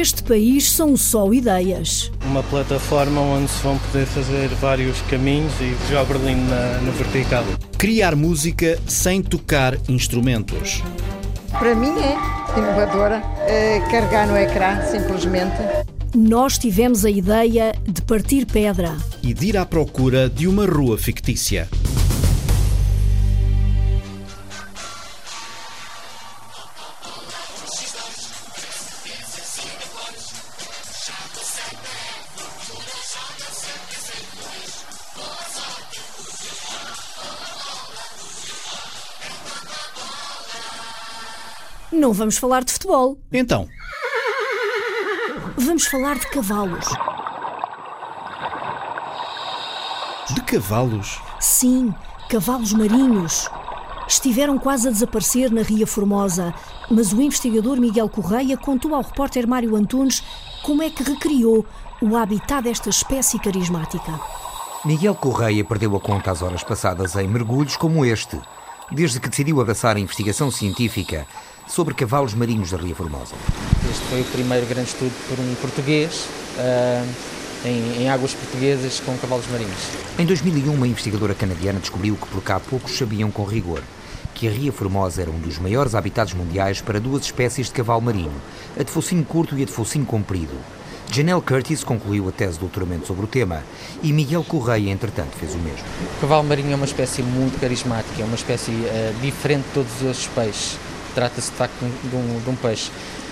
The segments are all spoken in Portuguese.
Neste país são só ideias. Uma plataforma onde se vão poder fazer vários caminhos e jogar Berlim na vertical. Criar música sem tocar instrumentos. Para mim é inovadora, carregar no ecrã, simplesmente. Nós tivemos a ideia de partir pedra. E de ir à procura de uma rua fictícia. Não vamos falar de futebol. Então, Vamos falar de cavalos. de cavalos? Sim, cavalos marinhos. Estiveram quase a desaparecer na Ria Formosa, mas o investigador Miguel Correia contou ao repórter Mário Antunes como é que recriou o habitat desta espécie carismática. Miguel Correia perdeu a conta às horas passadas em mergulhos como este, desde que decidiu abraçar a investigação científica sobre cavalos marinhos da Ria Formosa. Este foi o primeiro grande estudo por um português em águas portuguesas com cavalos marinhos. Em 2001, uma investigadora canadiana descobriu que por cá poucos sabiam com rigor que a Ria Formosa era um dos maiores habitats mundiais para duas espécies de cavalo marinho, a de focinho curto e a de focinho comprido. Janelle Curtis concluiu a tese de doutoramento sobre o tema e Miguel Correia, entretanto, fez o mesmo. O cavalo marinho é uma espécie muito carismática, é uma espécie diferente de todos os outros peixes. Trata-se de facto de um peixe.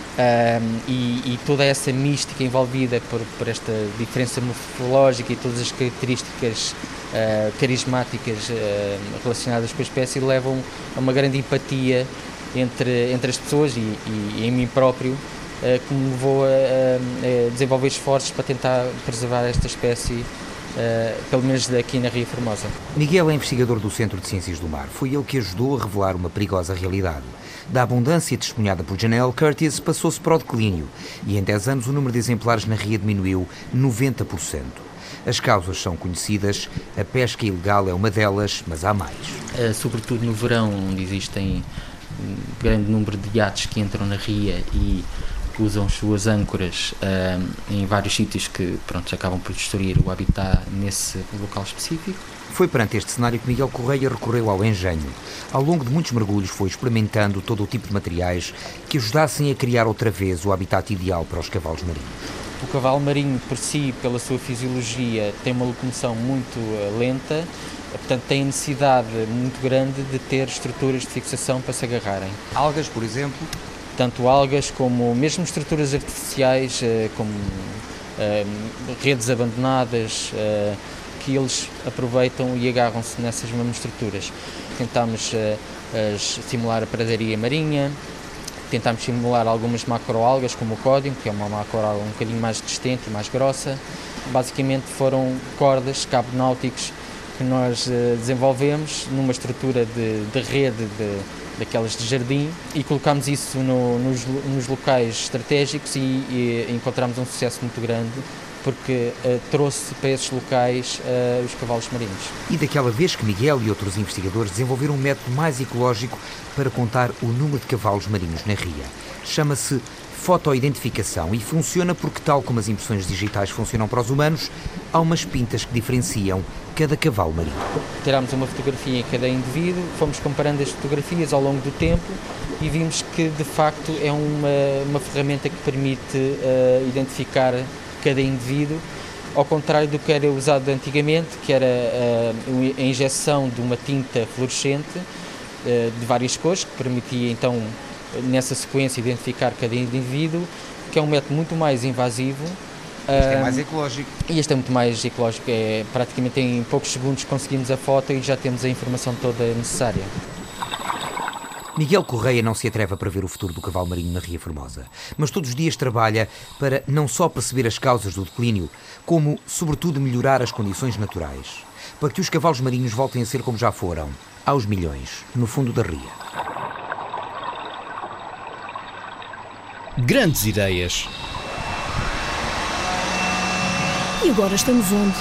E toda essa mística envolvida por esta diferença morfológica e todas as características carismáticas relacionadas com a espécie levam a uma grande empatia entre as pessoas e em mim próprio, que me levou a desenvolver esforços para tentar preservar esta espécie, pelo menos aqui na Ria Formosa. Miguel é investigador do Centro de Ciências do Mar. Foi ele que ajudou a revelar uma perigosa realidade. Da abundância testemunhada por Janelle Curtis, passou-se para o declínio e em 10 anos o número de exemplares na ria diminuiu 90%. As causas são conhecidas, a pesca ilegal é uma delas, mas há mais. Sobretudo no verão, onde existem um grande número de iates que entram na ria e usam as suas âncoras em vários sítios que acabam por destruir o habitat nesse local específico. Foi perante este cenário que Miguel Correia recorreu ao engenho. Ao longo de muitos mergulhos foi experimentando todo o tipo de materiais que ajudassem a criar outra vez o habitat ideal para os cavalos marinhos. O cavalo marinho, por si, pela sua fisiologia, tem uma locomoção muito lenta, portanto tem a necessidade muito grande de ter estruturas de fixação para se agarrarem. Algas, por exemplo? Tanto algas como mesmo estruturas artificiais, como redes abandonadas, que eles aproveitam e agarram-se nessas mesmas estruturas. Tentámos simular a pradaria marinha, tentámos simular algumas macroalgas, como o códium, que é uma macroalga um bocadinho mais resistente e mais grossa. Basicamente foram cordas, cabos náuticos, que nós desenvolvemos numa estrutura de rede daquelas de jardim e colocámos isso nos locais estratégicos e encontramos um sucesso muito grande, porque trouxe para esses locais os cavalos marinhos. E daquela vez que Miguel e outros investigadores desenvolveram um método mais ecológico para contar o número de cavalos marinhos na ria. Chama-se fotoidentificação e funciona porque, tal como as impressões digitais funcionam para os humanos, há umas pintas que diferenciam cada cavalo marinho. Tirámos uma fotografia em cada indivíduo, fomos comparando as fotografias ao longo do tempo e vimos que, de facto, é uma ferramenta que permite identificar cada indivíduo, ao contrário do que era usado antigamente, que era a injeção de uma tinta fluorescente de várias cores, que permitia então, nessa sequência, identificar cada indivíduo, que é um método muito mais invasivo. Este é mais ecológico. E este é muito mais ecológico, praticamente em poucos segundos conseguimos a foto e já temos a informação toda necessária. Miguel Correia não se atreve a prever o futuro do cavalo marinho na Ria Formosa, mas todos os dias trabalha para não só perceber as causas do declínio, como, sobretudo, melhorar as condições naturais, para que os cavalos marinhos voltem a ser como já foram, aos milhões, no fundo da ria. Grandes ideias. E agora estamos onde?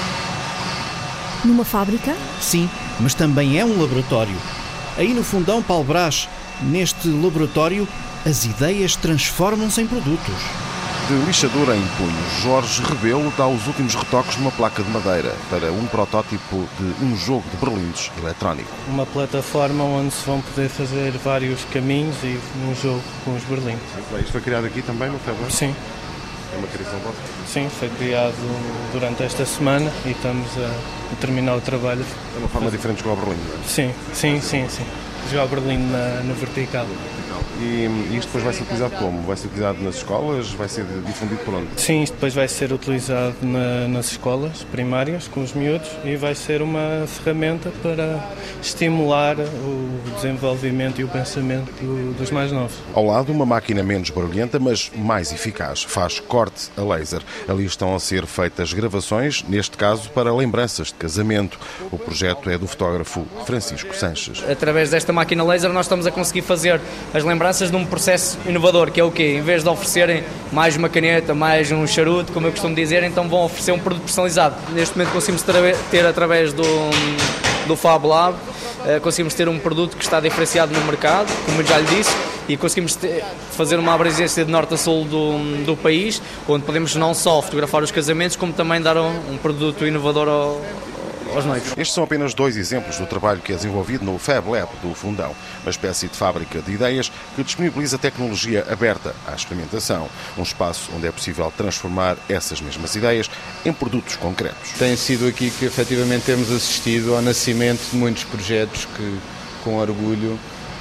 Numa fábrica? Sim, mas também é um laboratório. Aí no fundão Paulo Brás, neste laboratório, as ideias transformam-se em produtos. de lixadura em punhos. Jorge Rebelo dá os últimos retoques numa placa de madeira para um protótipo de um jogo de berlindes eletrónico. Uma plataforma onde se vão poder fazer vários caminhos e um jogo com os berlindes. Isto foi criado aqui também no FabLab? Sim. É uma criação vossa? Sim, foi criado durante esta semana e estamos a terminar o trabalho. É uma forma diferente de jogar o berlinde, não é? Sim. Jogar o berlinde na vertical. E isto depois vai ser utilizado como? Vai ser utilizado nas escolas? Vai ser difundido por onde? Sim, isto depois vai ser utilizado nas escolas primárias com os miúdos e vai ser uma ferramenta para estimular o desenvolvimento e o pensamento dos mais novos. Ao lado, uma máquina menos barulhenta, mas mais eficaz. Faz corte a laser. Ali estão a ser feitas gravações, neste caso para lembranças de casamento. O projeto é do fotógrafo Francisco Sanches. Através desta máquina laser nós estamos a conseguir fazer as lembranças de um processo inovador, que é o quê? Em vez de oferecerem mais uma caneta, mais um charuto, como eu costumo dizer, então vão oferecer um produto personalizado. Neste momento conseguimos ter através do FabLab, conseguimos ter um produto que está diferenciado no mercado, como eu já lhe disse, e conseguimos fazer uma abrangência de norte a sul do país, onde podemos não só fotografar os casamentos, como também dar um produto inovador aos noivos. Estes são apenas 2 exemplos do trabalho que é desenvolvido no FabLab do Fundão, uma espécie de fábrica de ideias que disponibiliza tecnologia aberta à experimentação, um espaço onde é possível transformar essas mesmas ideias em produtos concretos. Tem sido aqui que efetivamente temos assistido ao nascimento de muitos projetos que, com orgulho,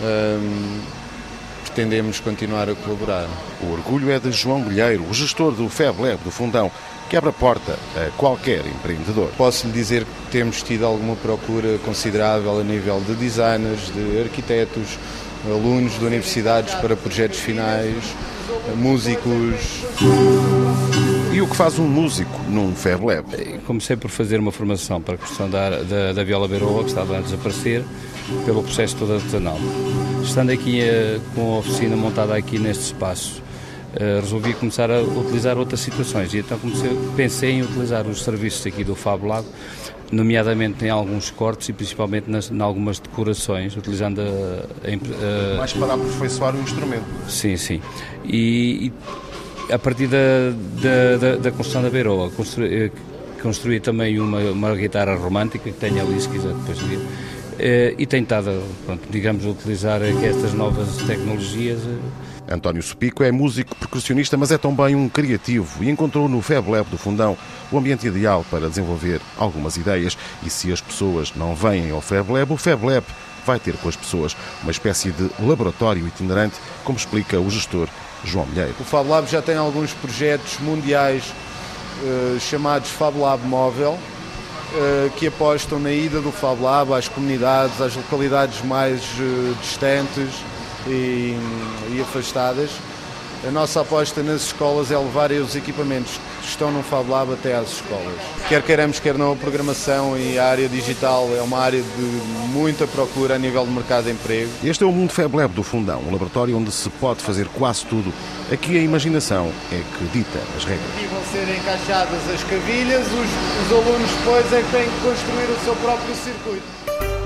pretendemos continuar a colaborar. O orgulho é de João Bolheiro, o gestor do FabLab do Fundão, que abre a porta a qualquer empreendedor. Posso lhe dizer que temos tido alguma procura considerável a nível de designers, de arquitetos, alunos de universidades para projetos finais, músicos. E o que faz um músico num FabLab? Comecei por fazer uma formação para a questão da viola Beroa, que estava a desaparecer, pelo processo todo artesanal. Estando aqui com a oficina montada aqui neste espaço, resolvi começar a utilizar outras situações e então pensei em utilizar os serviços aqui do FabLab, nomeadamente em alguns cortes e principalmente em algumas decorações, utilizando mais para aperfeiçoar o instrumento. Sim. E a partir da construção da Beroa, construí também uma guitarra romântica que tenho ali, se quiser depois ver. E tenho estado, digamos, a utilizar estas novas tecnologias. António Sopico é músico percussionista, mas é também um criativo e encontrou no FabLab do Fundão o ambiente ideal para desenvolver algumas ideias. E se as pessoas não vêm ao FabLab, o FabLab vai ter com as pessoas uma espécie de laboratório itinerante, como explica o gestor João Bolheiro. O FabLab já tem alguns projetos mundiais chamados FabLab Móvel, que apostam na ida do FabLab às comunidades, às localidades mais distantes e afastadas. A nossa aposta nas escolas é levar os equipamentos que estão no FabLab até às escolas. Quer queiramos, quer não, a programação e a área digital é uma área de muita procura a nível de mercado de emprego. Este é o Mundo FabLab do Fundão, um laboratório onde se pode fazer quase tudo. Aqui a imaginação é que dita as regras. Aqui vão ser encaixadas as cavilhas, os alunos depois é que têm que construir o seu próprio circuito.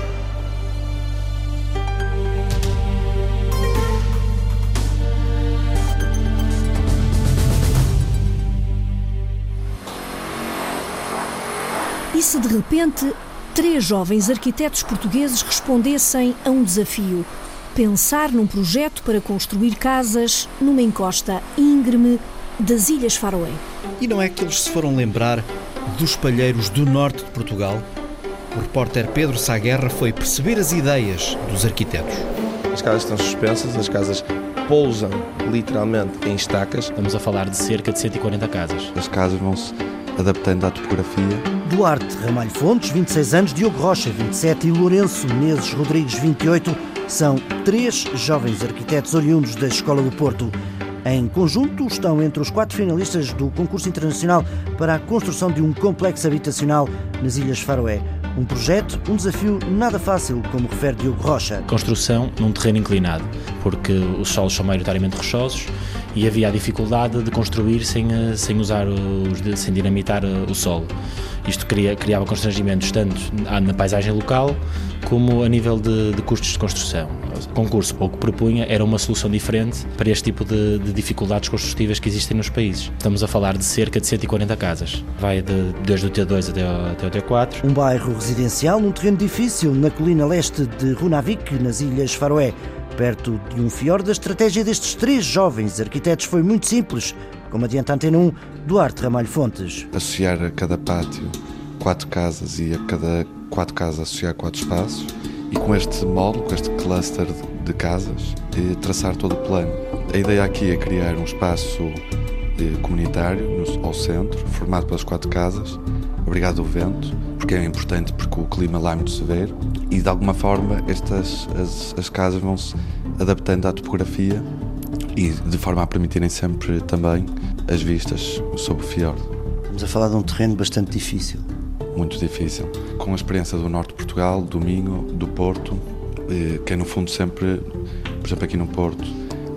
E se de repente 3 jovens arquitetos portugueses respondessem a um desafio: pensar num projeto para construir casas numa encosta íngreme das Ilhas Faroé? E não é que eles se foram lembrar dos palheiros do norte de Portugal? O repórter Pedro Sá Guerra foi perceber as ideias dos arquitetos. As casas estão suspensas, as casas pousam literalmente em estacas. Estamos a falar de cerca de 140 casas. As casas vão-se adaptando à topografia. Duarte Ramalho Fontes, 26 anos, Diogo Rocha, 27 e Lourenço Menezes Rodrigues, 28, são 3 jovens arquitetos oriundos da Escola do Porto. Em conjunto, estão entre os 4 finalistas do concurso internacional para a construção de um complexo habitacional nas Ilhas Faroé. Um projeto, um desafio nada fácil, como refere Diogo Rocha. Construção num terreno inclinado, porque os solos são maioritariamente rochosos e havia a dificuldade de construir sem dinamitar o solo. Isto criava constrangimentos tanto na paisagem local como a nível de custos de construção. O concurso, o que propunha, era uma solução diferente para este tipo de dificuldades construtivas que existem nos países. Estamos a falar de cerca de 140 casas. Vai desde o T2 até o T4. Um bairro residencial num terreno difícil na colina leste de Runavik, nas Ilhas Faroé. Perto de um fiordo, a estratégia destes 3 jovens arquitetos foi muito simples, como adianta a Antena 1, Duarte Ramalho Fontes. Associar a cada pátio 4 casas e a cada 4 casas associar 4 espaços e com este molde, com este cluster de casas, traçar todo o plano. A ideia aqui é criar um espaço comunitário ao centro, formado pelas 4 casas, abrigado do vento, porque é importante porque o clima lá é muito severo e de alguma forma as casas vão-se adaptando à topografia e de forma a permitirem sempre também as vistas sobre o fiordo. Estamos a falar de um terreno bastante difícil. Muito difícil. Com a experiência do norte de Portugal, do Minho, do Porto, que é no fundo sempre, por exemplo aqui no Porto,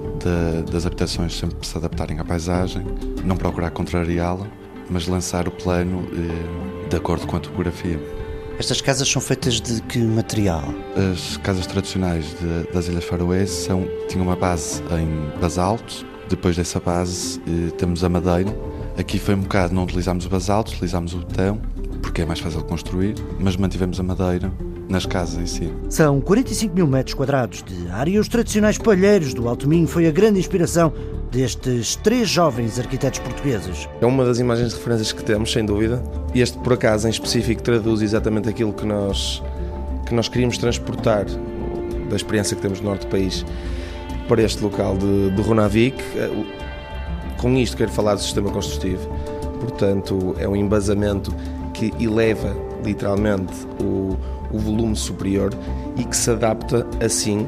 das habitações sempre se adaptarem à paisagem, não procurar contrariá-la, mas lançar o plano de acordo com a topografia. Estas casas são feitas de que material? As casas tradicionais das Ilhas Faroé tinham uma base em basalto, depois dessa base temos a madeira. Aqui foi um bocado, não utilizámos o basalto, utilizámos o betão, porque é mais fácil de construir, mas mantivemos a madeira nas casas em si. São 45 mil metros quadrados de área. Os tradicionais palheiros do Alto Minho foi a grande inspiração destes 3 jovens arquitetos portugueses. É uma das imagens de referências que temos, sem dúvida. Este, por acaso, em específico, traduz exatamente aquilo que nós queríamos transportar da experiência que temos no norte do país para este local de Runavik. Com isto quero falar do sistema construtivo. Portanto, é um embasamento que eleva, literalmente, o volume superior e que se adapta, assim,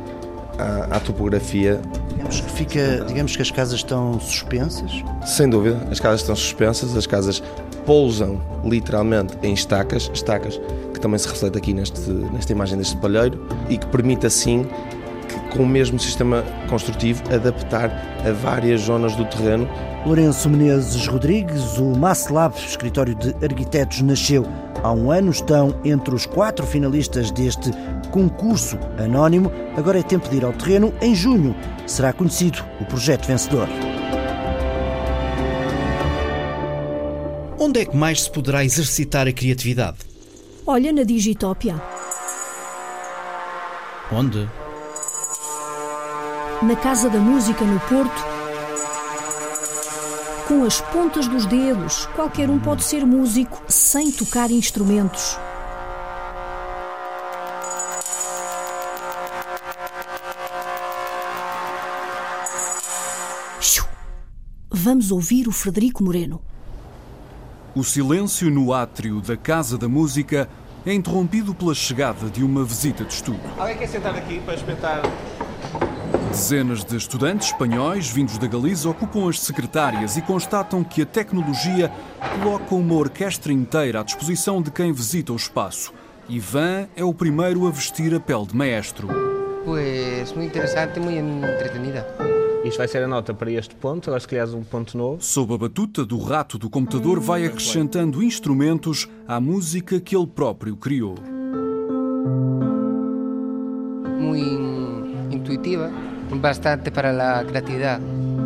à topografia. Digamos que as casas estão suspensas? Sem dúvida, as casas estão suspensas, as casas pousam literalmente em estacas que também se reflete aqui nesta imagem deste palheiro e que permite assim, com o mesmo sistema construtivo, adaptar a várias zonas do terreno. Lourenço Menezes Rodrigues, o Masslab, escritório de arquitetos, nasceu há um ano. Estão entre os 4 finalistas deste concurso anónimo. Agora é tempo de ir ao terreno. Em junho será conhecido o projeto vencedor. Onde é que mais se poderá exercitar a criatividade? Olha, na Digitópia. Onde? Na Casa da Música, no Porto. Com as pontas dos dedos, qualquer um pode ser músico sem tocar instrumentos. Vamos ouvir o Frederico Moreno. O silêncio no átrio da Casa da Música é interrompido pela chegada de uma visita de estudo. Alguém quer sentar aqui para espreitar? Dezenas de estudantes espanhóis vindos da Galiza ocupam as secretárias e constatam que a tecnologia coloca uma orquestra inteira à disposição de quem visita o espaço. Ivan é o primeiro a vestir a pele de maestro. Pois, muito interessante, muito entretenida. Isto vai ser a nota para este ponto, agora se criares um ponto novo. Sob a batuta do rato do computador vai acrescentando instrumentos à música que ele próprio criou. Muito intuitiva, bastante para a criatividade.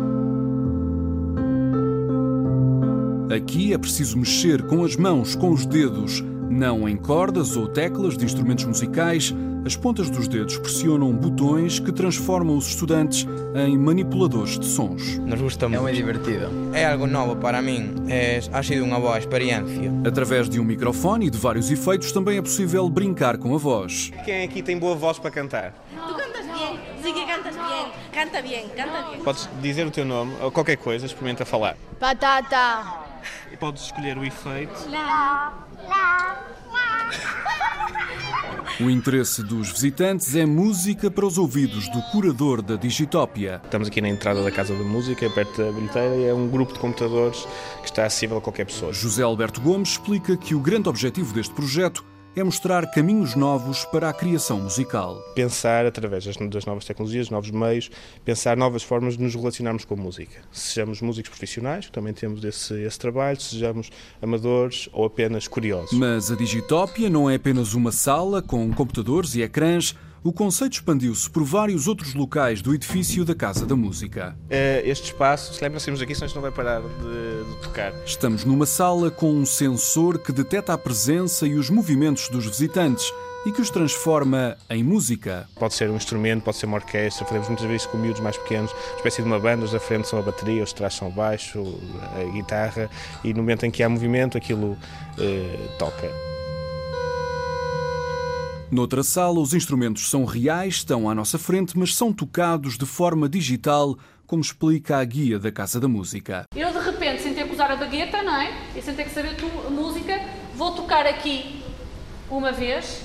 Aqui é preciso mexer com as mãos, com os dedos, não em cordas ou teclas de instrumentos musicais. As pontas dos dedos pressionam botões que transformam os estudantes em manipuladores de sons. Nos gusta muito. É muito divertido. É algo novo para mim. Ha sido uma boa experiência. Através de um microfone e de vários efeitos também é possível brincar com a voz. Quem aqui tem boa voz para cantar? Tu cantas bem. Sim que cantas bem. Canta bem, canta bem. Podes dizer o teu nome ou qualquer coisa, experimenta falar. Patata. E podes escolher o efeito. Lá, lá, lá. O interesse dos visitantes é música para os ouvidos do curador da Digitópia. Estamos aqui na entrada da Casa da Música, perto da bilheteira, e é um grupo de computadores que está acessível a qualquer pessoa. José Alberto Gomes explica que o grande objetivo deste projeto é mostrar caminhos novos para a criação musical. Pensar através das novas tecnologias, novos meios, pensar novas formas de nos relacionarmos com a música. Sejamos músicos profissionais, que também temos esse trabalho, sejamos amadores ou apenas curiosos. Mas a Digitópia não é apenas uma sala com computadores e ecrãs. O conceito expandiu-se por vários outros locais do edifício da Casa da Música. Este espaço, se lembram, saímos aqui, senão isto não vai parar de tocar. Estamos numa sala com um sensor que detecta a presença e os movimentos dos visitantes e que os transforma em música. Pode ser um instrumento, pode ser uma orquestra, fazemos muitas vezes com miúdos mais pequenos, uma espécie de uma banda, os da frente são a bateria, os de trás são o baixo, a guitarra, e no momento em que há movimento aquilo toca. Noutra sala, os instrumentos são reais, estão à nossa frente, mas são tocados de forma digital, como explica a guia da Casa da Música. Eu, de repente, sem ter que usar a bagueta, não é? E sem ter que saber a música, vou tocar aqui uma vez.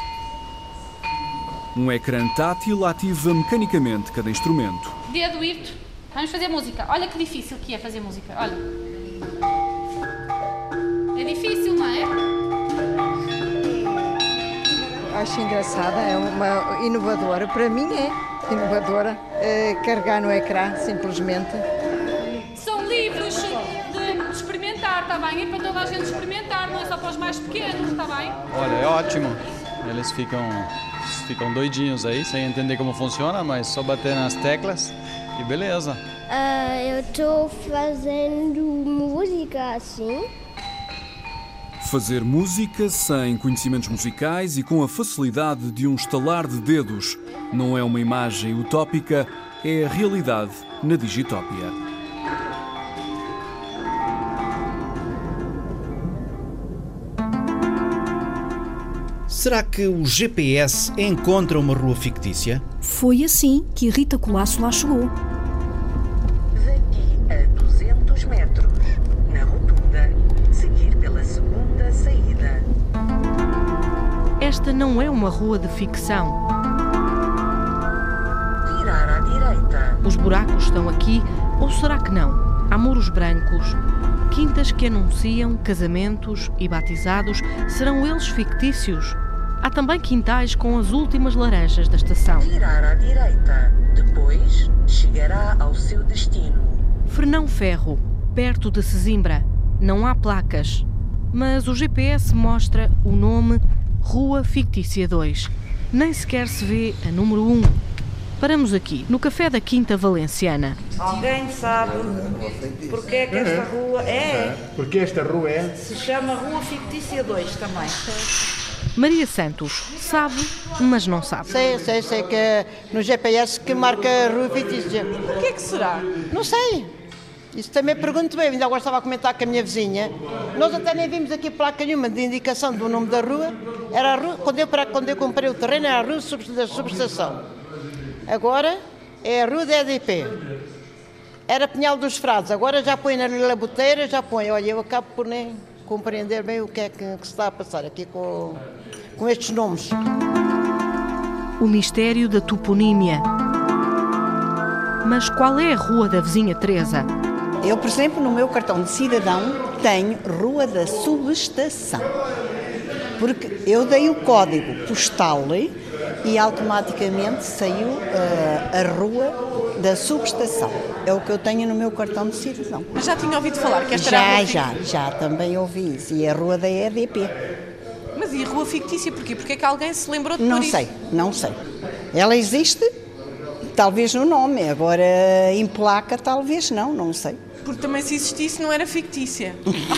Um ecrã tátil ativa mecanicamente cada instrumento. Dedo irto. Vamos fazer música. Olha que difícil que é fazer música. Olha. É difícil, não é? Acho engraçada, é uma inovadora. Para mim é inovadora. Carregar no ecrã, simplesmente. São livros de experimentar, está bem? É para toda a gente experimentar, não é só para os mais pequenos, está bem? Olha, é ótimo. Eles ficam doidinhos aí, sem entender como funciona, mas só bater nas teclas e beleza. Eu estou fazendo música assim. Fazer música sem conhecimentos musicais e com a facilidade de um estalar de dedos. Não é uma imagem utópica, é a realidade na Digitópia. Será que o GPS encontra uma rua fictícia? Foi assim que a Rita Colasso lá chegou. Daqui a 200 metros, na rotunda, seguir pela segunda saída. Esta não é uma rua de ficção. Virar à direita. Os buracos estão aqui, ou será que não? Há muros brancos, quintas que anunciam casamentos e batizados. Serão eles fictícios? Há também quintais com as últimas laranjas da estação. Virar à direita. Depois, chegará ao seu destino. Fernão Ferro, perto de Sesimbra. Não há placas, mas o GPS mostra o nome Rua Fictícia 2. Nem sequer se vê a número 1. Paramos aqui, no café da Quinta Valenciana. Alguém sabe porque é que esta rua Porque esta rua se chama Rua Fictícia 2 também. Maria Santos sabe, mas não sabe. Sei que no GPS que marca a Rua Fictícia. O que é que será? Não sei. Isso também pergunto bem. Ainda agora estava a comentar com a minha vizinha. Nós até nem vimos aqui placa nenhuma de indicação do nome da rua. Era a rua, quando eu comprei o terreno, era a rua da subestação. Agora é a rua da EDP. Era Pinhal dos Frades. Agora já põe na Lila Boteira, já põe. Olha, eu acabo por nem compreender bem o que é que se está a passar aqui com estes nomes. O mistério da toponímia. Mas qual é a rua da vizinha Teresa? Eu, por exemplo, no meu cartão de cidadão tenho Rua da Subestação. Porque eu dei o código postal e automaticamente saiu a Rua da Subestação. É o que eu tenho no meu cartão de cidadão. Mas já tinha ouvido falar que esta era a rua Já também ouvi isso. E a Rua da EDP. Mas e a Rua Fictícia porquê? Porque é que alguém se lembrou de pôr isso? Não sei. Ela existe, talvez no nome. Agora, em placa, talvez não sei. Porque também se existisse não era fictícia.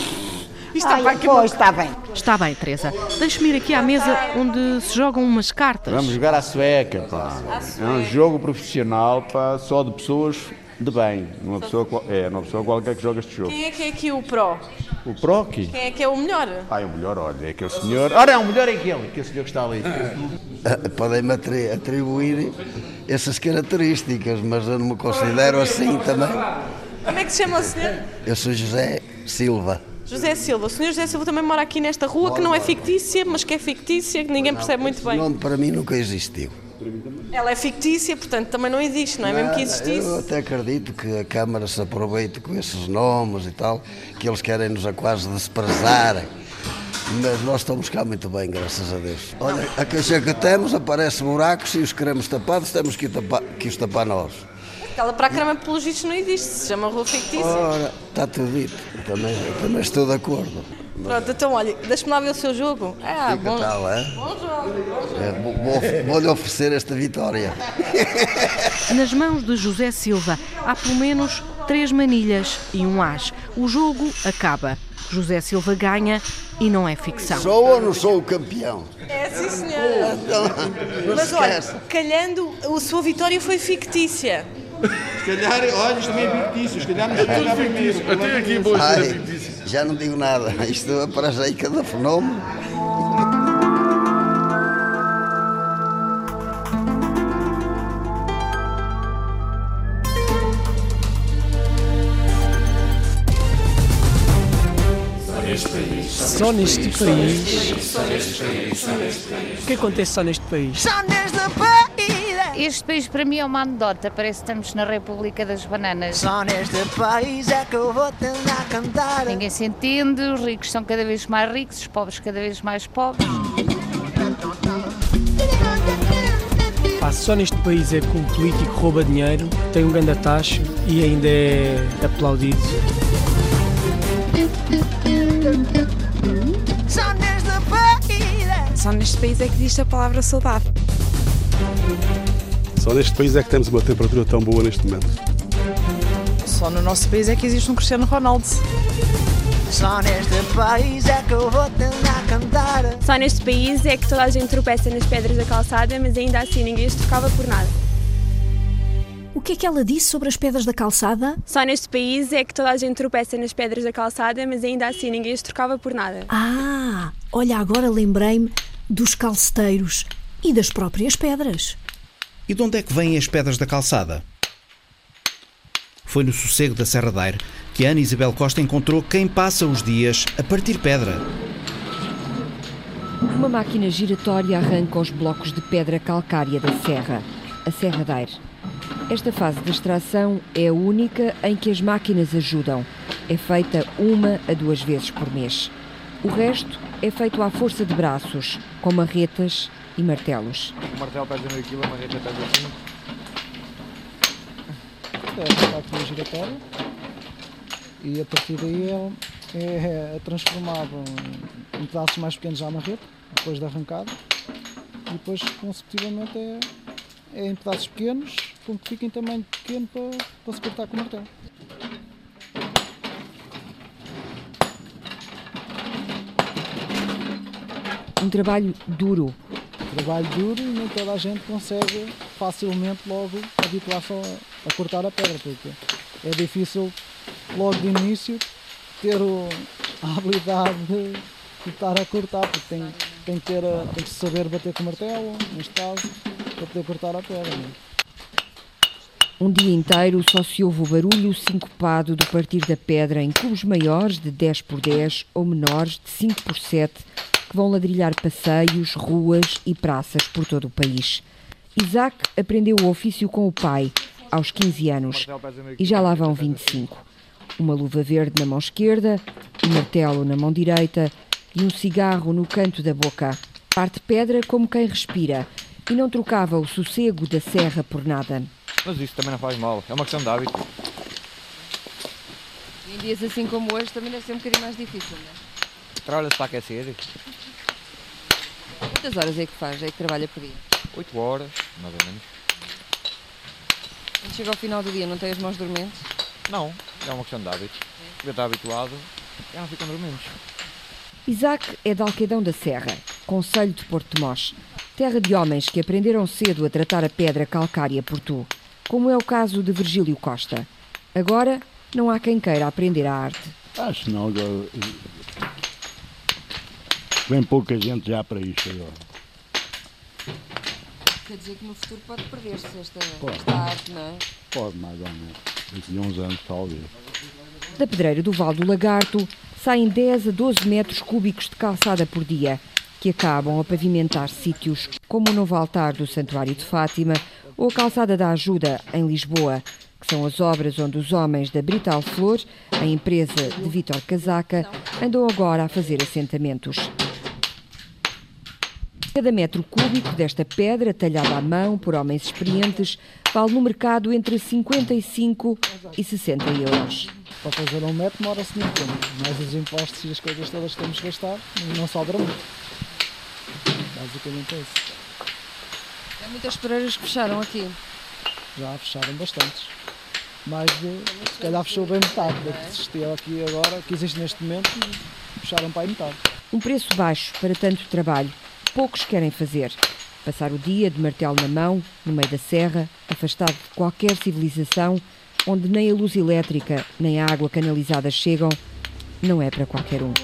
Está bem. Está bem, Teresa. Deixe-me ir aqui à mesa onde se jogam umas cartas. Vamos jogar à sueca, pá. É um jogo profissional, pá, só de pessoas de bem. Uma pessoa qualquer que joga este jogo. Quem é que é aqui o pró? O pró aqui? Quem é que é o melhor? O melhor, olha, é aquele senhor. Ora, o melhor é aquele senhor que está ali. Podem-me atribuir essas características, mas eu não me considero assim também. Como é que se chama o senhor? Eu sou José Silva. José Silva. O senhor José Silva também mora aqui nesta rua, que não é fictícia, mas que é fictícia, que ninguém percebe muito bem. O nome para mim nunca existiu. Ela é fictícia, portanto também não existe, não é? Mesmo que existisse. Eu até acredito que a Câmara se aproveite com esses nomes e tal, que eles querem-nos a quase desprezar. Mas nós estamos cá muito bem, graças a Deus. Olha, a queixa que temos, aparece buracos e os queremos tapados, temos que os tapar nós. Aquela para a crama, pelos vistos, não existe, se chama rua fictícia. Ora, está tudo dito. Também estou de acordo. Pronto, então olha, deixa-me lá ver o seu jogo. Bom. Tal, é? Bom jogo. Vou-lhe oferecer esta vitória. Nas mãos de José Silva há pelo menos 3 manilhas e um as. O jogo acaba. José Silva ganha e não é ficção. Sou ou não sou o campeão? É, sim, senhora. Mas olha, calhando, a sua vitória foi fictícia. Se calhar, olha, isto também é fictício. Se calhar não é tudo fictício. Até aqui vou ser fictício. Já não digo nada. Isto é para já cada fenómeno. Só neste país. O que acontece só neste país? Só neste país. Este país para mim é uma anedota, parece que estamos na República das Bananas. Só neste país é que eu vou tentar cantar. Ninguém se entende, os ricos são cada vez mais ricos, os pobres cada vez mais pobres. Só neste país é que um político rouba dinheiro, tem um grande taxa e ainda é aplaudido. Só neste país é que existe a palavra saudade. Só neste país é que temos uma temperatura tão boa neste momento. Só no nosso país é que existe um Cristiano Ronaldo. Só neste país é que eu vou tentar cantar. Só neste país é que toda a gente tropeça nas pedras da calçada, mas ainda assim ninguém as trocava por nada. O que é que ela disse sobre as pedras da calçada? Só neste país é que toda a gente tropeça nas pedras da calçada, mas ainda assim ninguém as trocava por nada. Olha, agora lembrei-me dos calceteiros e das próprias pedras. E de onde é que vêm as pedras da calçada? Foi no sossego da Serra da Aire que a Ana Isabel Costa encontrou quem passa os dias a partir pedra. Uma máquina giratória arranca os blocos de pedra calcária da serra, a Serra da Aire. Esta fase de extração é a única em que as máquinas ajudam. É feita 1 a 2 vezes por mês. O resto é feito à força de braços, com marretas e martelos. O martelo pesa meio quilo, a marreta pesa acima. É a máquina giratória e a partir daí é transformado em pedaços mais pequenos à marreta, depois de arrancado, e depois consecutivamente é em pedaços pequenos, com que fica em tamanho pequeno para se cortar com o martelo. Um trabalho duro. E nem toda a gente consegue facilmente logo habituar-se a cortar a pedra, porque é difícil logo de início ter a habilidade de estar a cortar, porque tem que saber bater com o martelo, neste caso, para poder cortar a pedra. Não é? Um dia inteiro só se ouve o barulho sincopado do partir da pedra em cubos maiores de 10 por 10 ou menores de 5 por 7, que vão ladrilhar passeios, ruas e praças por todo o país. Isaac aprendeu o ofício com o pai, aos 15 anos, e já lá vão 25. Uma luva verde na mão esquerda, um martelo na mão direita e um cigarro no canto da boca. Parte pedra como quem respira, e não trocava o sossego da serra por nada. Mas isso também não faz mal, é uma questão de hábito. E em dias assim como hoje também deve ser um bocadinho mais difícil, não é? Trabalha-se para aquecer. Quantas horas é que faz? É que trabalha por dia? 8 horas, mais ou menos. Quando chega ao final do dia não tem as mãos dormentes? Não, é uma questão de hábito. Já está habituado, já não ficam dormentes. Isaac é de Alqueidão da Serra, concelho de Porto de Mós. Terra de homens que aprenderam cedo a tratar a pedra calcária por tu, como é o caso de Virgílio Costa. Agora, não há quem queira aprender a arte. Acho não, vem pouca gente já para isto agora. Quer dizer que no futuro pode perder-se esta arte, não é? Pode, mais ou menos. Daqui a uns anos, talvez. Da pedreira do Val do Lagarto saem 10 a 12 metros cúbicos de calçada por dia, que acabam a pavimentar sítios como o novo altar do Santuário de Fátima ou a Calçada da Ajuda, em Lisboa, que são as obras onde os homens da Brital Flor, a empresa de Vítor Casaca, andam agora a fazer assentamentos. Cada metro cúbico desta pedra, talhada à mão por homens experientes, vale no mercado entre 55 e 60 euros. Para fazer 1 metro demora-se muito tempo, mas os impostos e as coisas todas que temos que gastar não sobra muito. Basicamente é isso. Há muitas pedreiras que fecharam aqui. Já fecharam bastantes. Se calhar fechou bem metade da que existia aqui agora, que existe neste momento, fecharam para aí metade. Um preço baixo para tanto trabalho. Poucos querem fazer. Passar o dia de martelo na mão, no meio da serra, afastado de qualquer civilização, onde nem a luz elétrica nem a água canalizada chegam, não é para qualquer um.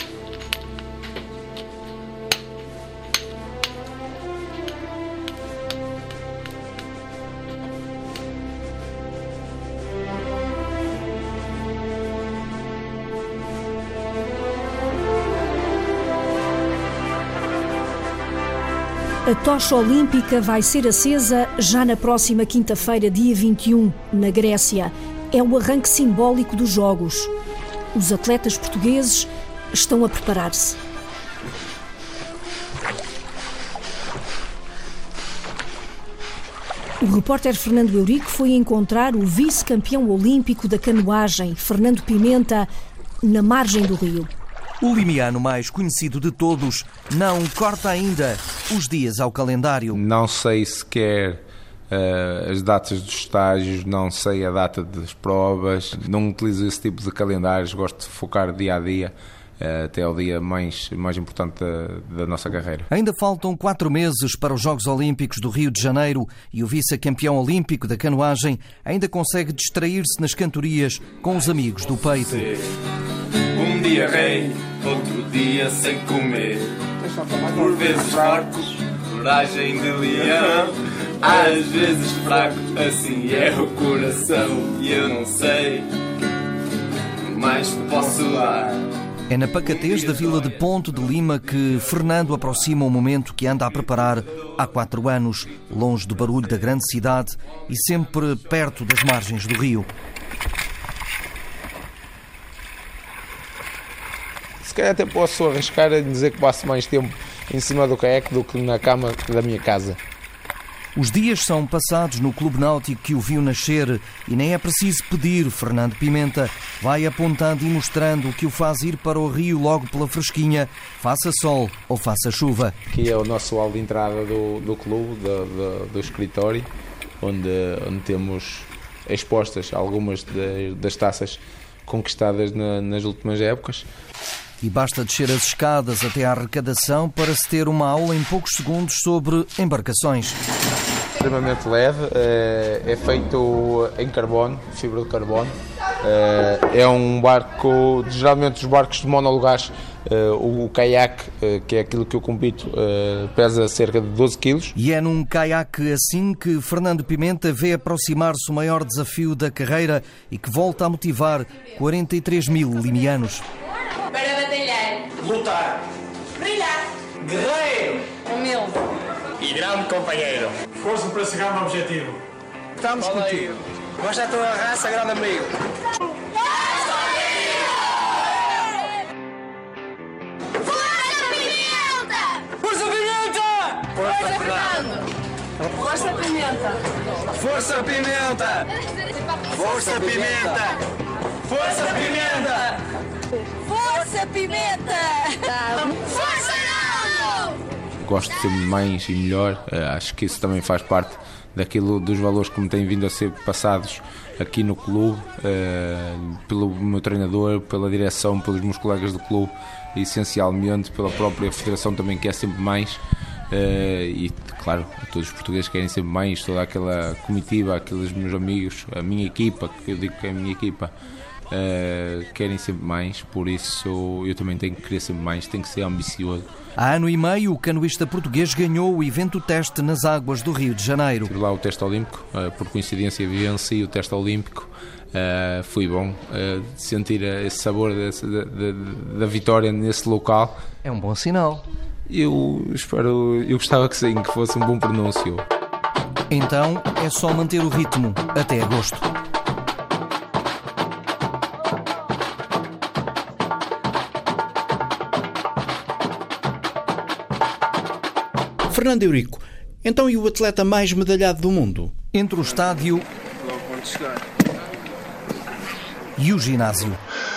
A tocha olímpica vai ser acesa já na próxima quinta-feira, dia 21, na Grécia. É o arranque simbólico dos Jogos. Os atletas portugueses estão a preparar-se. O repórter Fernando Eurico foi encontrar o vice-campeão olímpico da canoagem, Fernando Pimenta, na margem do rio. O limiano mais conhecido de todos não corta ainda os dias ao calendário. Não sei sequer as datas dos estágios, não sei a data das provas, não utilizo esse tipo de calendários, gosto de focar dia a dia, até ao dia mais importante da nossa carreira. Ainda faltam 4 meses para os Jogos Olímpicos do Rio de Janeiro e o vice-campeão olímpico da canoagem ainda consegue distrair-se nas cantorias com os amigos do peito. Um dia rei, outro dia sem comer. Por vezes forte, coragem de leão. Às vezes fraco, assim é o coração. E eu não sei o mais que posso dar. É na pacatez da vila de Ponte de Lima que Fernando aproxima o momento que anda a preparar há 4 anos, longe do barulho da grande cidade e sempre perto das margens do rio. Se calhar até posso arriscar a dizer que passo mais tempo em cima do caiaque do que na cama da minha casa. Os dias são passados no clube náutico que o viu nascer e nem é preciso pedir. Fernando Pimenta vai apontando e mostrando o que o faz ir para o rio logo pela fresquinha, faça sol ou faça chuva. Aqui é o nosso hall de entrada do clube, do escritório, onde temos expostas algumas das taças conquistadas nas últimas épocas. E basta descer as escadas até à arrecadação para se ter uma aula em poucos segundos sobre embarcações. Extremamente leve, é feito em carbono, fibra de carbono. É um barco, geralmente os barcos de monolugares, o caiaque, que é aquilo que eu compito, pesa cerca de 12 kg. E é num caiaque assim que Fernando Pimenta vê aproximar-se o maior desafio da carreira e que volta a motivar 43 mil limianos. Para batalhar, Lutar, brilhar, guerreiro, humilde e grande companheiro. Força para chegar no objetivo. Estamos contigo. Mostra a tua raça, grande amigo. Força Pimenta! Força Pimenta! Força Fernando! Força Pimenta! Força Pimenta! Força Pimenta! Força Pimenta! Força Pimenta! Força Ronaldo! Gosto de ser mais e melhor, acho que isso também faz parte dos valores que me têm vindo a ser passados aqui no clube, pelo meu treinador, pela direção, pelos meus colegas do clube e essencialmente pela própria federação também, que é sempre mais. E claro, todos os portugueses querem sempre mais, toda aquela comitiva, aqueles meus amigos, a minha equipa, que eu digo que é a minha equipa, querem sempre mais, por isso eu também tenho que querer sempre mais, tenho que ser ambicioso. Há ano e meio, o canoista português ganhou o evento teste nas águas do Rio de Janeiro. Tive lá o teste olímpico, por coincidência venci o teste olímpico, foi bom sentir esse sabor da vitória nesse local. É um bom sinal. Eu gostava que sim, que fosse um bom pronúncio. Então é só manter o ritmo até agosto. Fernando Eurico, então e o atleta mais medalhado do mundo? Entre o estádio e o ginásio.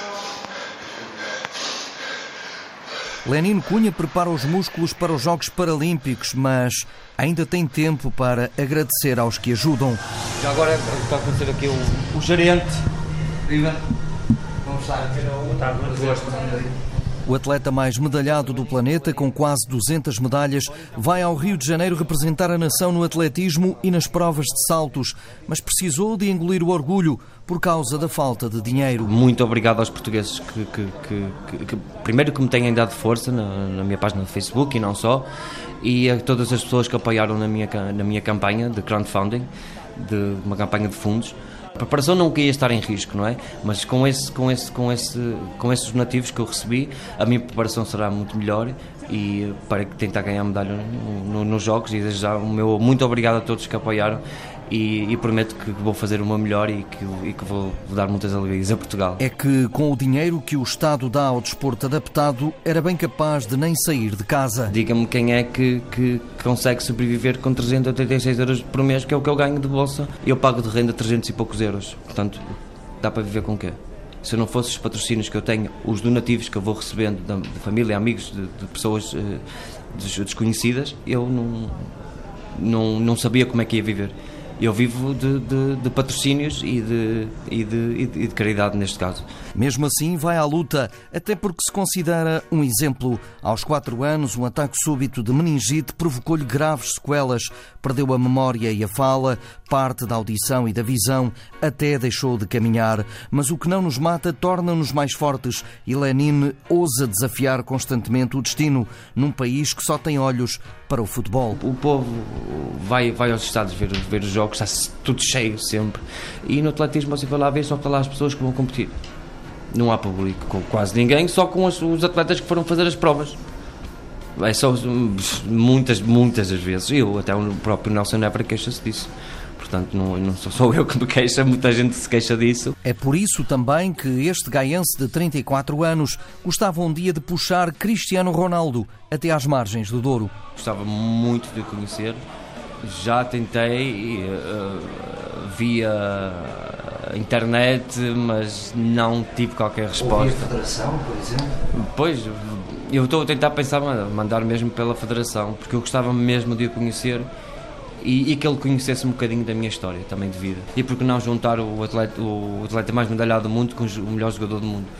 Lenino Cunha prepara os músculos para os Jogos Paralímpicos, mas ainda tem tempo para agradecer aos que ajudam. Já agora está a acontecer aqui o gerente. Viva! Vamos estar aqui no gosto. O atleta mais medalhado do planeta, com quase 200 medalhas, vai ao Rio de Janeiro representar a nação no atletismo e nas provas de saltos, mas precisou de engolir o orgulho por causa da falta de dinheiro. Muito obrigado aos portugueses que primeiro que me têm dado força na minha página do Facebook e não só, e a todas as pessoas que apoiaram na minha campanha de crowdfunding, de uma campanha de fundos. A preparação não queria estar em risco, não é? Mas com esses donativos que eu recebi, a minha preparação será muito melhor e para tentar ganhar medalha nos Jogos. E desde já o meu muito obrigado a todos que apoiaram e prometo que vou fazer o meu melhor e que vou dar muitas alegrias a Portugal. É que com o dinheiro que o Estado dá ao desporto adaptado, era bem capaz de nem sair de casa. Diga-me quem é que consegue sobreviver com 386 euros por mês, que é o que eu ganho de bolsa. Eu pago de renda 300 e poucos euros. Portanto, dá para viver com o quê? Se não fossem os patrocínios que eu tenho, os donativos que eu vou recebendo de família, amigos, de pessoas desconhecidas, eu não sabia como é que ia viver. Eu vivo de patrocínios e de caridade neste caso. Mesmo assim vai à luta, até porque se considera um exemplo. Aos 4 anos, um ataque súbito de meningite provocou-lhe graves sequelas. Perdeu a memória e a fala, parte da audição e da visão, até deixou de caminhar. Mas o que não nos mata torna-nos mais fortes e Lenin ousa desafiar constantemente o destino num país que só tem olhos para o futebol. O povo vai aos estádios ver os jogos, está tudo cheio sempre. E no atletismo você vai lá ver, só está lá as pessoas que vão competir. Não há público com quase ninguém, só com os atletas que foram fazer as provas. É só muitas das vezes. Eu, até o próprio Nelson Nebra queixa-se disso. Portanto, não sou só eu que me queixa, muita gente se queixa disso. É por isso também que este gaiense de 34 anos gostava um dia de puxar Cristiano Ronaldo até às margens do Douro. Gostava muito de o conhecer. Já tentei via internet, mas não tive qualquer resposta. Ou via federação, por exemplo? Pois, eu estou a tentar pensar, mandar mesmo pela federação, porque eu gostava mesmo de o conhecer e que ele conhecesse um bocadinho da minha história também de vida. E por que não juntar o atleta mais medalhado do mundo com o melhor jogador do mundo?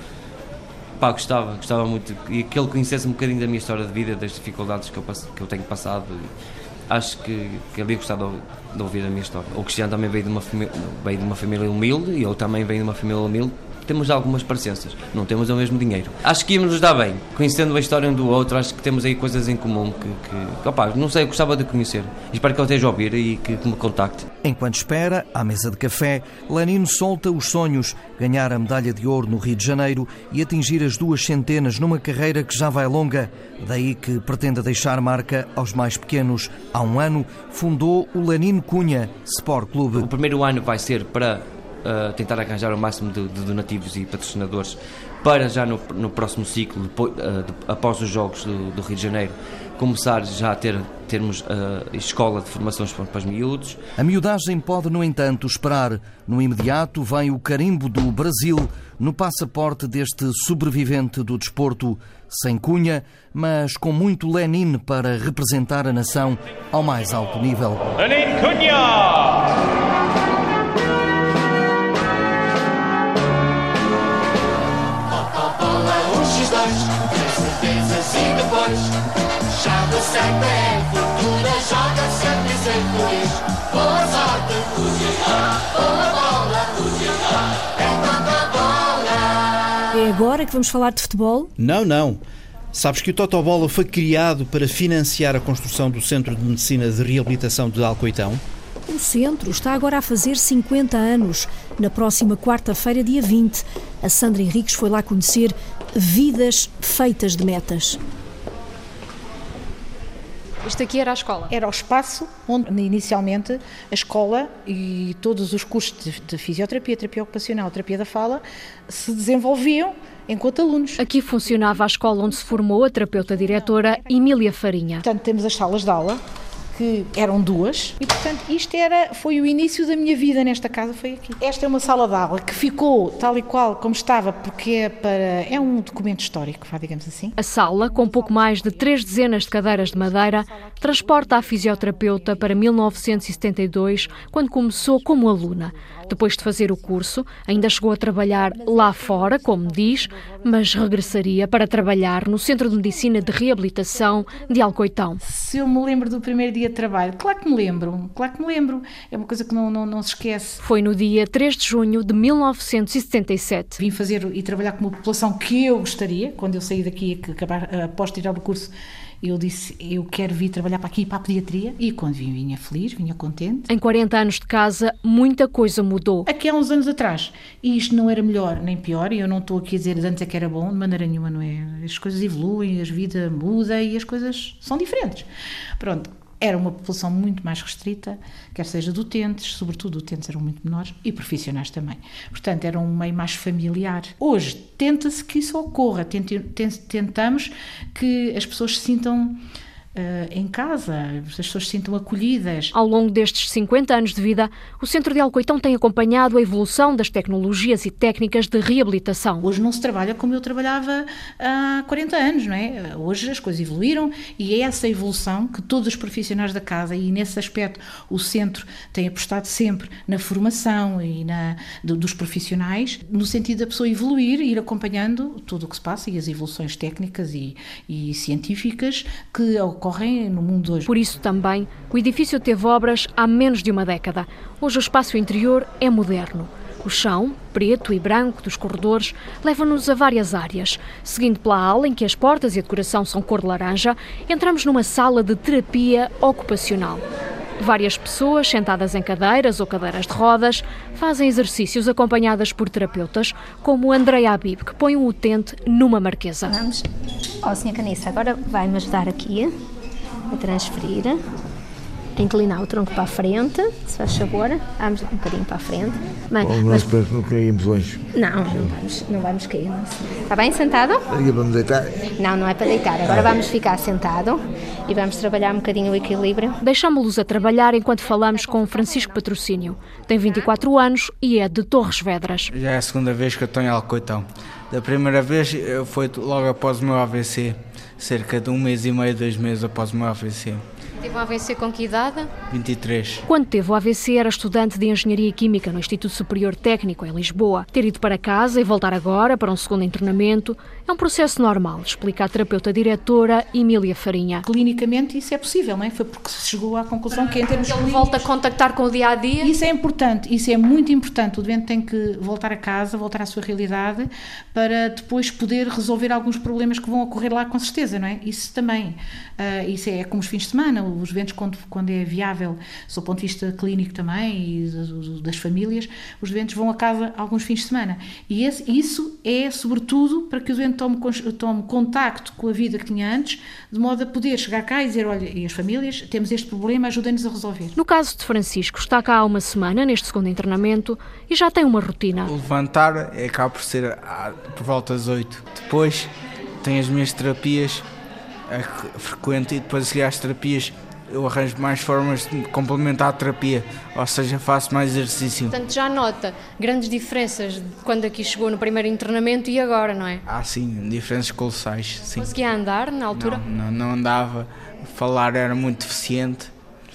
Gostava muito, e que ele conhecesse um bocadinho da minha história de vida, das dificuldades que eu tenho passado. Acho que ele ia gostar de ouvir a minha história. O Cristiano também veio de uma família humilde e eu também venho de uma família humilde. Temos algumas parecenças, não temos o mesmo dinheiro. Acho que íamos nos dar bem, conhecendo a história um do outro. Acho que temos aí coisas em comum que não sei, eu gostava de conhecer. Espero que ele esteja a ouvir e que me contacte. Enquanto espera, à mesa de café, Lenino solta os sonhos: ganhar a medalha de ouro no Rio de Janeiro e atingir as 200 numa carreira que já vai longa. Daí que pretenda deixar marca aos mais pequenos. Há um ano fundou o Lenino Cunha Sport Clube. O primeiro ano vai ser para tentar arranjar o máximo de donativos e patrocinadores para já no próximo ciclo, após os Jogos do Rio de Janeiro, começar já a termos a escola de formações para os miúdos. A miudagem pode, no entanto, esperar. No imediato vem o carimbo do Brasil no passaporte deste sobrevivente do desporto, sem Cunha, mas com muito Lenin para representar a nação ao mais alto nível. Lenin Cunha! E depois, chave certa é fortuna, joga sempre e ser feliz. Boa sorte, boa bola, é Totobola. É agora que vamos falar de futebol? Não. Sabes que o Totobola foi criado para financiar a construção do Centro de Medicina de Reabilitação de Alcoitão? O centro está agora a fazer 50 anos. Na próxima quarta-feira, dia 20, a Sandra Henriques foi lá conhecer vidas feitas de metas. Isto aqui era a escola? Era o espaço onde inicialmente a escola e todos os cursos de fisioterapia, terapia ocupacional, terapia da fala se desenvolviam enquanto alunos. Aqui funcionava a escola onde se formou a terapeuta-diretora Emília Farinha. Portanto, temos as salas de aula, que eram 2, e portanto isto foi o início da minha vida nesta casa, foi aqui. Esta é uma sala de aula que ficou tal e qual como estava, porque é um documento histórico, digamos assim. A sala, com pouco mais de 3 dezenas de cadeiras de madeira, transporta a fisioterapeuta para 1972, quando começou como aluna. Depois de fazer o curso, ainda chegou a trabalhar lá fora, como diz, mas regressaria para trabalhar no Centro de Medicina de Reabilitação de Alcoitão. Se eu me lembro do primeiro dia de trabalho, claro que me lembro. É uma coisa que não se esquece. Foi no dia 3 de junho de 1977. Vim fazer e trabalhar com uma população que eu gostaria, quando eu saí daqui, após tirar o curso, eu disse, eu quero vir trabalhar para aqui, para a pediatria, e quando vinha feliz, vinha contente. Em 40 anos de casa, muita coisa mudou. Aqui há uns anos atrás, e isto não era melhor nem pior, e eu não estou aqui a dizer antes é que era bom, de maneira nenhuma, não é? As coisas evoluem, a vida muda e as coisas são diferentes. Pronto. Era uma população muito mais restrita, quer seja de utentes, sobretudo utentes eram muito menores, e profissionais também. Portanto, era um meio mais familiar. Hoje, tenta-se que isso ocorra, tentamos que as pessoas se sintam em casa, as pessoas se sintam acolhidas. Ao longo destes 50 anos de vida, o Centro de Alcoitão tem acompanhado a evolução das tecnologias e técnicas de reabilitação. Hoje não se trabalha como eu trabalhava há 40 anos, não é? Hoje as coisas evoluíram e é essa evolução que todos os profissionais da casa, e nesse aspecto o Centro tem apostado sempre na formação e dos profissionais, no sentido da pessoa evoluir e ir acompanhando tudo o que se passa e as evoluções técnicas e científicas que ocorrem no mundo hoje. Por isso também, o edifício teve obras há menos de uma década. Hoje o espaço interior é moderno. O chão, preto e branco dos corredores, leva-nos a várias áreas. Seguindo pela ala em que as portas e a decoração são cor de laranja, entramos numa sala de terapia ocupacional. Várias pessoas, sentadas em cadeiras ou cadeiras de rodas, fazem exercícios acompanhadas por terapeutas, como Andreia Habib, que põe um utente numa marquesa. Vamos. Sra. Caniça, agora vai-me ajudar aqui a transferir, a inclinar o tronco para a frente, se faz favor. Vamos um bocadinho para a frente. Mas não caímos longe. Não vamos cair. Está bem, sentado? Aí vamos deitar? Não é para deitar. Agora vamos ficar sentado e vamos trabalhar um bocadinho o equilíbrio. Deixámo-los a trabalhar enquanto falamos com Francisco Patrocínio. Tem 24 anos e é de Torres Vedras. Já é a segunda vez que eu estou em Alcoitão. Da primeira vez foi logo após o meu AVC, cerca de 1 mês e meio, 2 meses após o meu AVC. Teve um AVC com que idade? 23. Quando teve o AVC era estudante de Engenharia Química no Instituto Superior Técnico em Lisboa. Ter ido para casa e voltar agora para um segundo internamento é um processo normal, explica a terapeuta-diretora Emília Farinha. Clinicamente isso é possível, não é? Foi porque se chegou à conclusão que em termos clínicos... Ele volta a contactar com o dia-a-dia? Isso é importante, isso é muito importante. O doente tem que voltar a casa, voltar à sua realidade, para depois poder resolver alguns problemas que vão ocorrer lá com certeza, não é? Isso também. Isso é como os fins de semana, os doentes quando é viável, do ponto de vista clínico também e das famílias, os doentes vão a casa alguns fins de semana. E isso é sobretudo para que o doente tome contacto com a vida que tinha antes, de modo a poder chegar cá e dizer, olha, e as famílias, temos este problema, ajudem-nos a resolver. No caso de Francisco, está cá há uma semana, neste segundo internamento, e já tem uma rotina. O levantar acaba por ser por volta das 8. Depois tenho as minhas terapias frequente e depois a seguir às terapias eu arranjo mais formas de complementar a terapia, ou seja, faço mais exercício. Portanto, já nota grandes diferenças de quando aqui chegou no primeiro internamento e agora, não é? Sim, diferenças colossais, sim. Conseguia andar na altura? Não andava, falar era muito deficiente,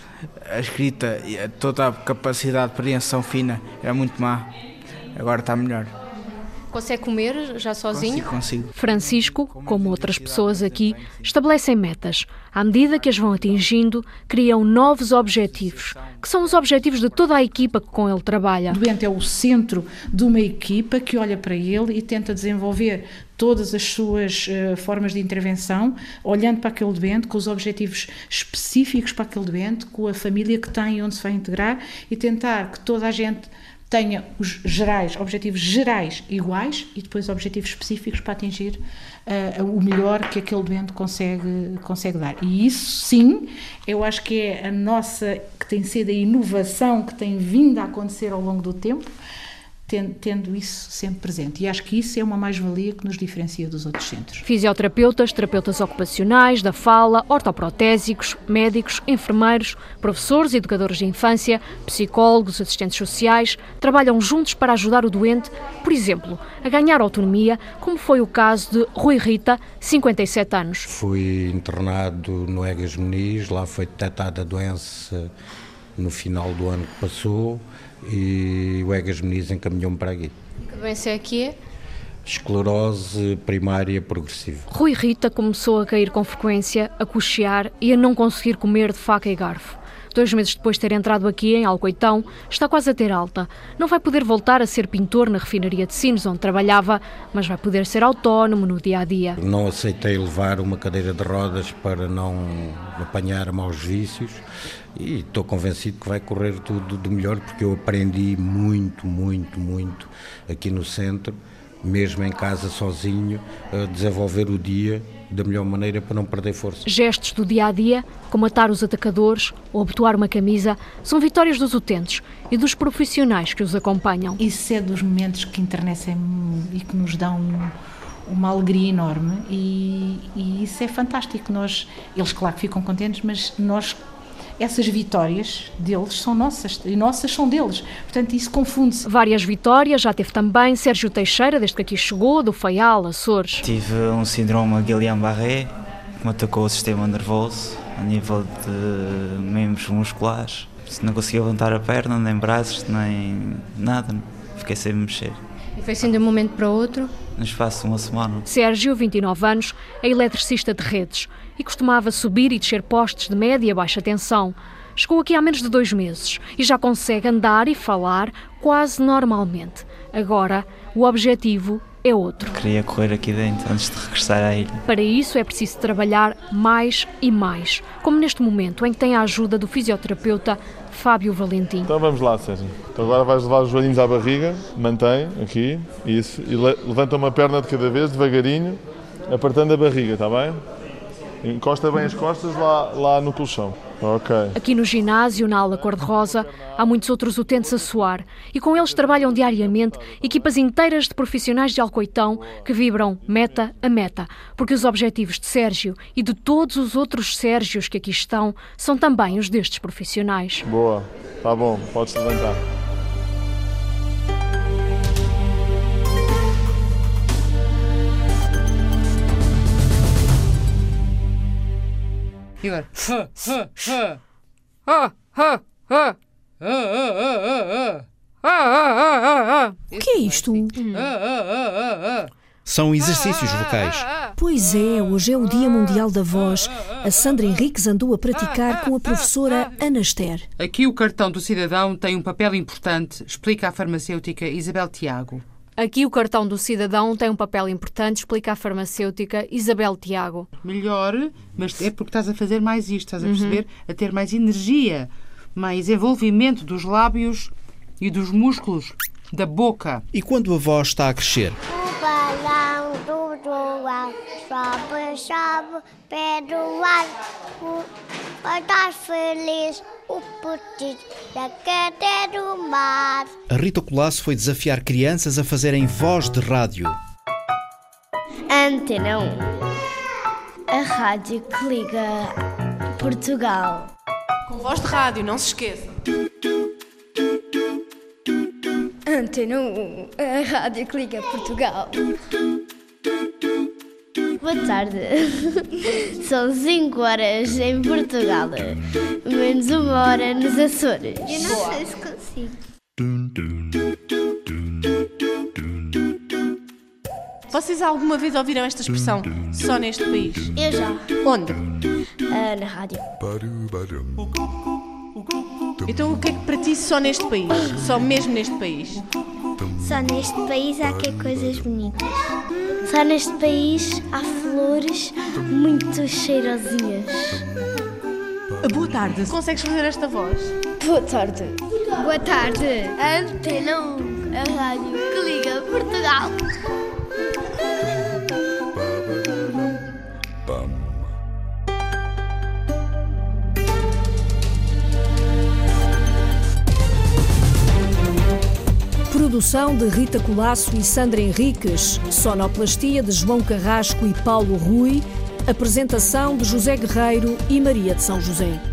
a escrita, toda a capacidade de apreensão fina era muito má, agora está melhor. Consegue comer já sozinho? Consigo. Francisco, como outras pessoas aqui, estabelecem metas. À medida que as vão atingindo, criam novos objetivos, que são os objetivos de toda a equipa que com ele trabalha. O doente é o centro de uma equipa que olha para ele e tenta desenvolver todas as suas formas de intervenção, olhando para aquele doente, com os objetivos específicos para aquele doente, com a família que tem e onde se vai integrar, e tentar que toda a gente tenha os objetivos gerais iguais e depois objetivos específicos para atingir o melhor que aquele doente consegue dar. E isso, sim, eu acho que é que tem sido a inovação que tem vindo a acontecer ao longo do tempo, tendo isso sempre presente. E acho que isso é uma mais-valia que nos diferencia dos outros centros. Fisioterapeutas, terapeutas ocupacionais, da fala, ortoprotésicos, médicos, enfermeiros, professores, educadores de infância, psicólogos, assistentes sociais, trabalham juntos para ajudar o doente, por exemplo, a ganhar autonomia, como foi o caso de Rui Rita, 57 anos. Fui internado no Egas Meniz, lá foi detectada a doença no final do ano que passou, e o Egas Meniz encaminhou-me para aqui. Que doença é que é? Esclerose primária progressiva. Rui Rita começou a cair com frequência, a cochear e a não conseguir comer de faca e garfo. 2 meses depois de ter entrado aqui em Alcoitão, está quase a ter alta. Não vai poder voltar a ser pintor na refinaria de Sines, onde trabalhava, mas vai poder ser autónomo no dia-a-dia. Não aceitei levar uma cadeira de rodas para não apanhar maus vícios e estou convencido que vai correr tudo de melhor, porque eu aprendi muito aqui no centro, mesmo em casa sozinho, a desenvolver o dia da melhor maneira para não perder força. Gestos do dia-a-dia, como atar os atacadores ou abotoar uma camisa, são vitórias dos utentes e dos profissionais que os acompanham. Isso é dos momentos que enternecem e que nos dão uma alegria enorme e isso é fantástico. Eles claro que ficam contentes, mas essas vitórias deles são nossas e nossas são deles. Portanto, isso confunde-se. Várias vitórias já teve também Sérgio Teixeira, desde que aqui chegou, do Faial, Açores. Tive um síndrome Guillain-Barré, que me atacou o sistema nervoso, a nível de membros musculares. Não conseguia levantar a perna, nem braços, nem nada. Fiquei sem me mexer. E foi assim de um momento para o outro? No espaço de uma semana. Sérgio, 29 anos, é eletricista de redes e costumava subir e descer postes de média e baixa tensão. Chegou aqui há menos de 2 meses e já consegue andar e falar quase normalmente. Agora, o objetivo é outro. Queria correr aqui dentro antes de regressar à ilha. Para isso é preciso trabalhar mais e mais, como neste momento em que tem a ajuda do fisioterapeuta Fábio Valentim. Então vamos lá, Sérgio. Então agora vais levar os joelhinhos à barriga, mantém aqui, isso, e levanta uma perna de cada vez, devagarinho, apertando a barriga, está bem? Encosta bem as costas lá no colchão. Ok. Aqui no ginásio, na ala cor-de-rosa, há muitos outros utentes a suar e com eles trabalham diariamente equipas inteiras de profissionais de Alcoitão que vibram meta a meta, porque os objetivos de Sérgio e de todos os outros Sérgios que aqui estão são também os destes profissionais. Boa, está bom, podes levantar. E agora? O que é isto? São exercícios vocais. Pois é, hoje é o Dia Mundial da Voz. A Sandra Henriques andou a praticar com a professora Ana Esther. Aqui o cartão do cidadão tem um papel importante, explica a farmacêutica Isabel Tiago. Aqui o cartão do cidadão tem um papel importante, explica a farmacêutica Isabel Tiago. Melhor, mas é porque estás a fazer mais isto, estás a perceber? A ter mais energia, mais envolvimento dos lábios e dos músculos da boca. E quando a voz está a crescer? O balão do João sobe, sobe, pé do ar. Vai estar feliz, o petito da cadê do mar. A Rita Colasso foi desafiar crianças a fazerem voz de rádio. Antena 1, a rádio que liga Portugal. Com voz de rádio, não se esqueça. Antena 1, a rádio que liga Portugal. Boa tarde. São 5 horas em Portugal, menos 1 hora nos Açores. Eu não sei se consigo. Vocês alguma vez ouviram esta expressão, só neste país? Eu já. Onde? Na rádio. Então o que é que para ti só neste país? Só mesmo neste país? Só neste país há que coisas bonitas. Só neste país há flores muito cheirosinhas. Boa tarde. Consegues fazer esta voz? Boa tarde. Boa tarde. Antena 1, a rádio que liga Portugal. Produção de Rita Colasso e Sandra Henriques, sonoplastia de João Carrasco e Paulo Rui, apresentação de José Guerreiro e Maria de São José.